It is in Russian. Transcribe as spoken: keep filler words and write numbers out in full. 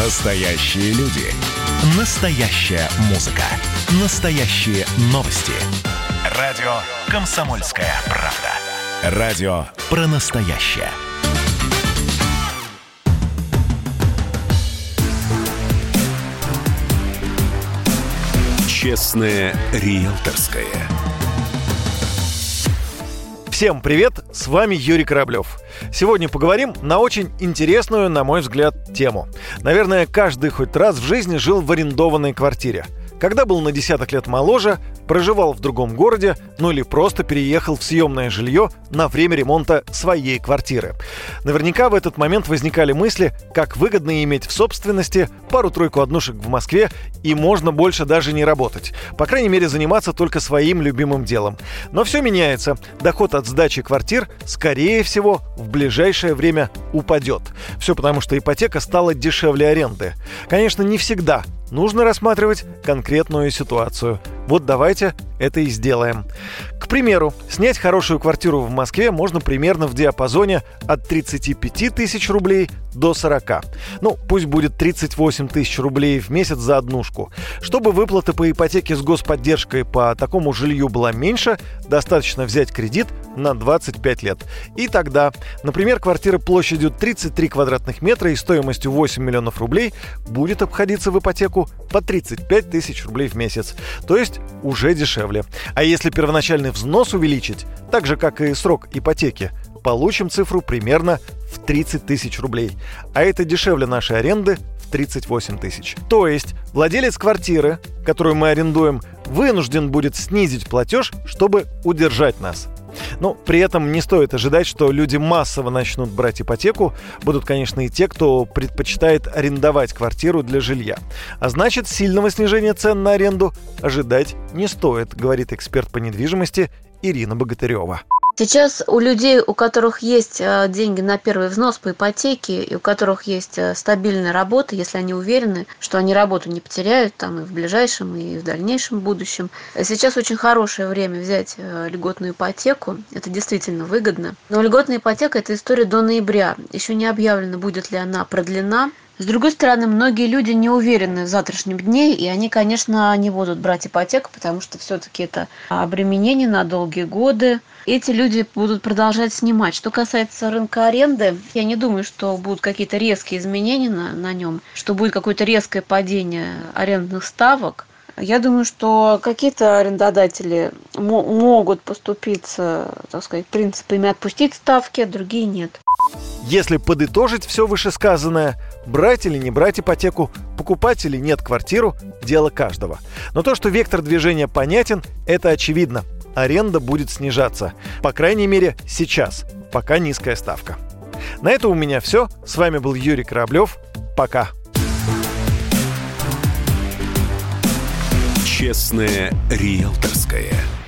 Настоящие люди. Настоящая музыка. Настоящие новости. Радио «Комсомольская правда». Радио про настоящее. Честное риэлторское. Всем привет, с вами Юрий Кораблев. Сегодня поговорим на очень интересную, на мой взгляд, тему. Наверное, каждый хоть раз в жизни жил в арендованной квартире. Когда был на десяток лет моложе, проживал в другом городе, ну или просто переехал в съемное жилье на время ремонта своей квартиры. Наверняка в этот момент возникали мысли, как выгодно иметь в собственности пару-тройку однушек в Москве, и можно больше даже не работать. По крайней мере, заниматься только своим любимым делом. Но все меняется. Доход от сдачи квартир, скорее всего, в ближайшее время упадет. Все потому, что ипотека стала дешевле аренды. Конечно, не всегда. Нужно рассматривать конкретную ситуацию. Вот давайте это и сделаем. К примеру, снять хорошую квартиру в Москве можно примерно в диапазоне от тридцати пяти тысяч рублей до сорока. Ну, пусть будет тридцать восемь тысяч рублей в месяц за однушку. Чтобы выплата по ипотеке с господдержкой по такому жилью была меньше, достаточно взять кредит на двадцать пять лет. И тогда, например, квартира площадью тридцать три квадратных метра и стоимостью восемь миллионов рублей будет обходиться в ипотеку по тридцать пять тысяч рублей в месяц. То есть уже дешевле. А если первоначальный взнос увеличить, так же, как и срок ипотеки, получим цифру примерно в тридцать тысяч рублей. А это дешевле нашей аренды в тридцать восемь тысяч. То есть владелец квартиры, которую мы арендуем, вынужден будет снизить платеж, чтобы удержать нас. Но при этом не стоит ожидать, что люди массово начнут брать ипотеку. Будут, конечно, и те, кто предпочитает арендовать квартиру для жилья. А значит, сильного снижения цен на аренду ожидать не стоит, говорит эксперт по недвижимости Ирина Богатырева. Сейчас у людей, у которых есть деньги на первый взнос по ипотеке, и у которых есть стабильная работа, если они уверены, что они работу не потеряют там и в ближайшем, и в дальнейшем будущем. Сейчас очень хорошее время взять льготную ипотеку. Это действительно выгодно. Но льготная ипотека – это история до ноября. Еще не объявлено, будет ли она продлена. С другой стороны, многие люди не уверены в завтрашнем дне, и они, конечно, не будут брать ипотеку, потому что все-таки это обременение на долгие годы. Эти люди будут продолжать снимать. Что касается рынка аренды, я не думаю, что будут какие-то резкие изменения на, на нем, что будет какое-то резкое падение арендных ставок. Я думаю, что какие-то арендодатели мо- могут поступиться, так сказать, принципами отпустить ставки, а другие нет. Если подытожить все вышесказанное, брать или не брать ипотеку, покупать или нет квартиру – дело каждого. Но то, что вектор движения понятен, это очевидно. Аренда будет снижаться. По крайней мере, сейчас, пока низкая ставка. На это у меня все. С вами был Юрий Кораблев. Пока. Честное риэлторское.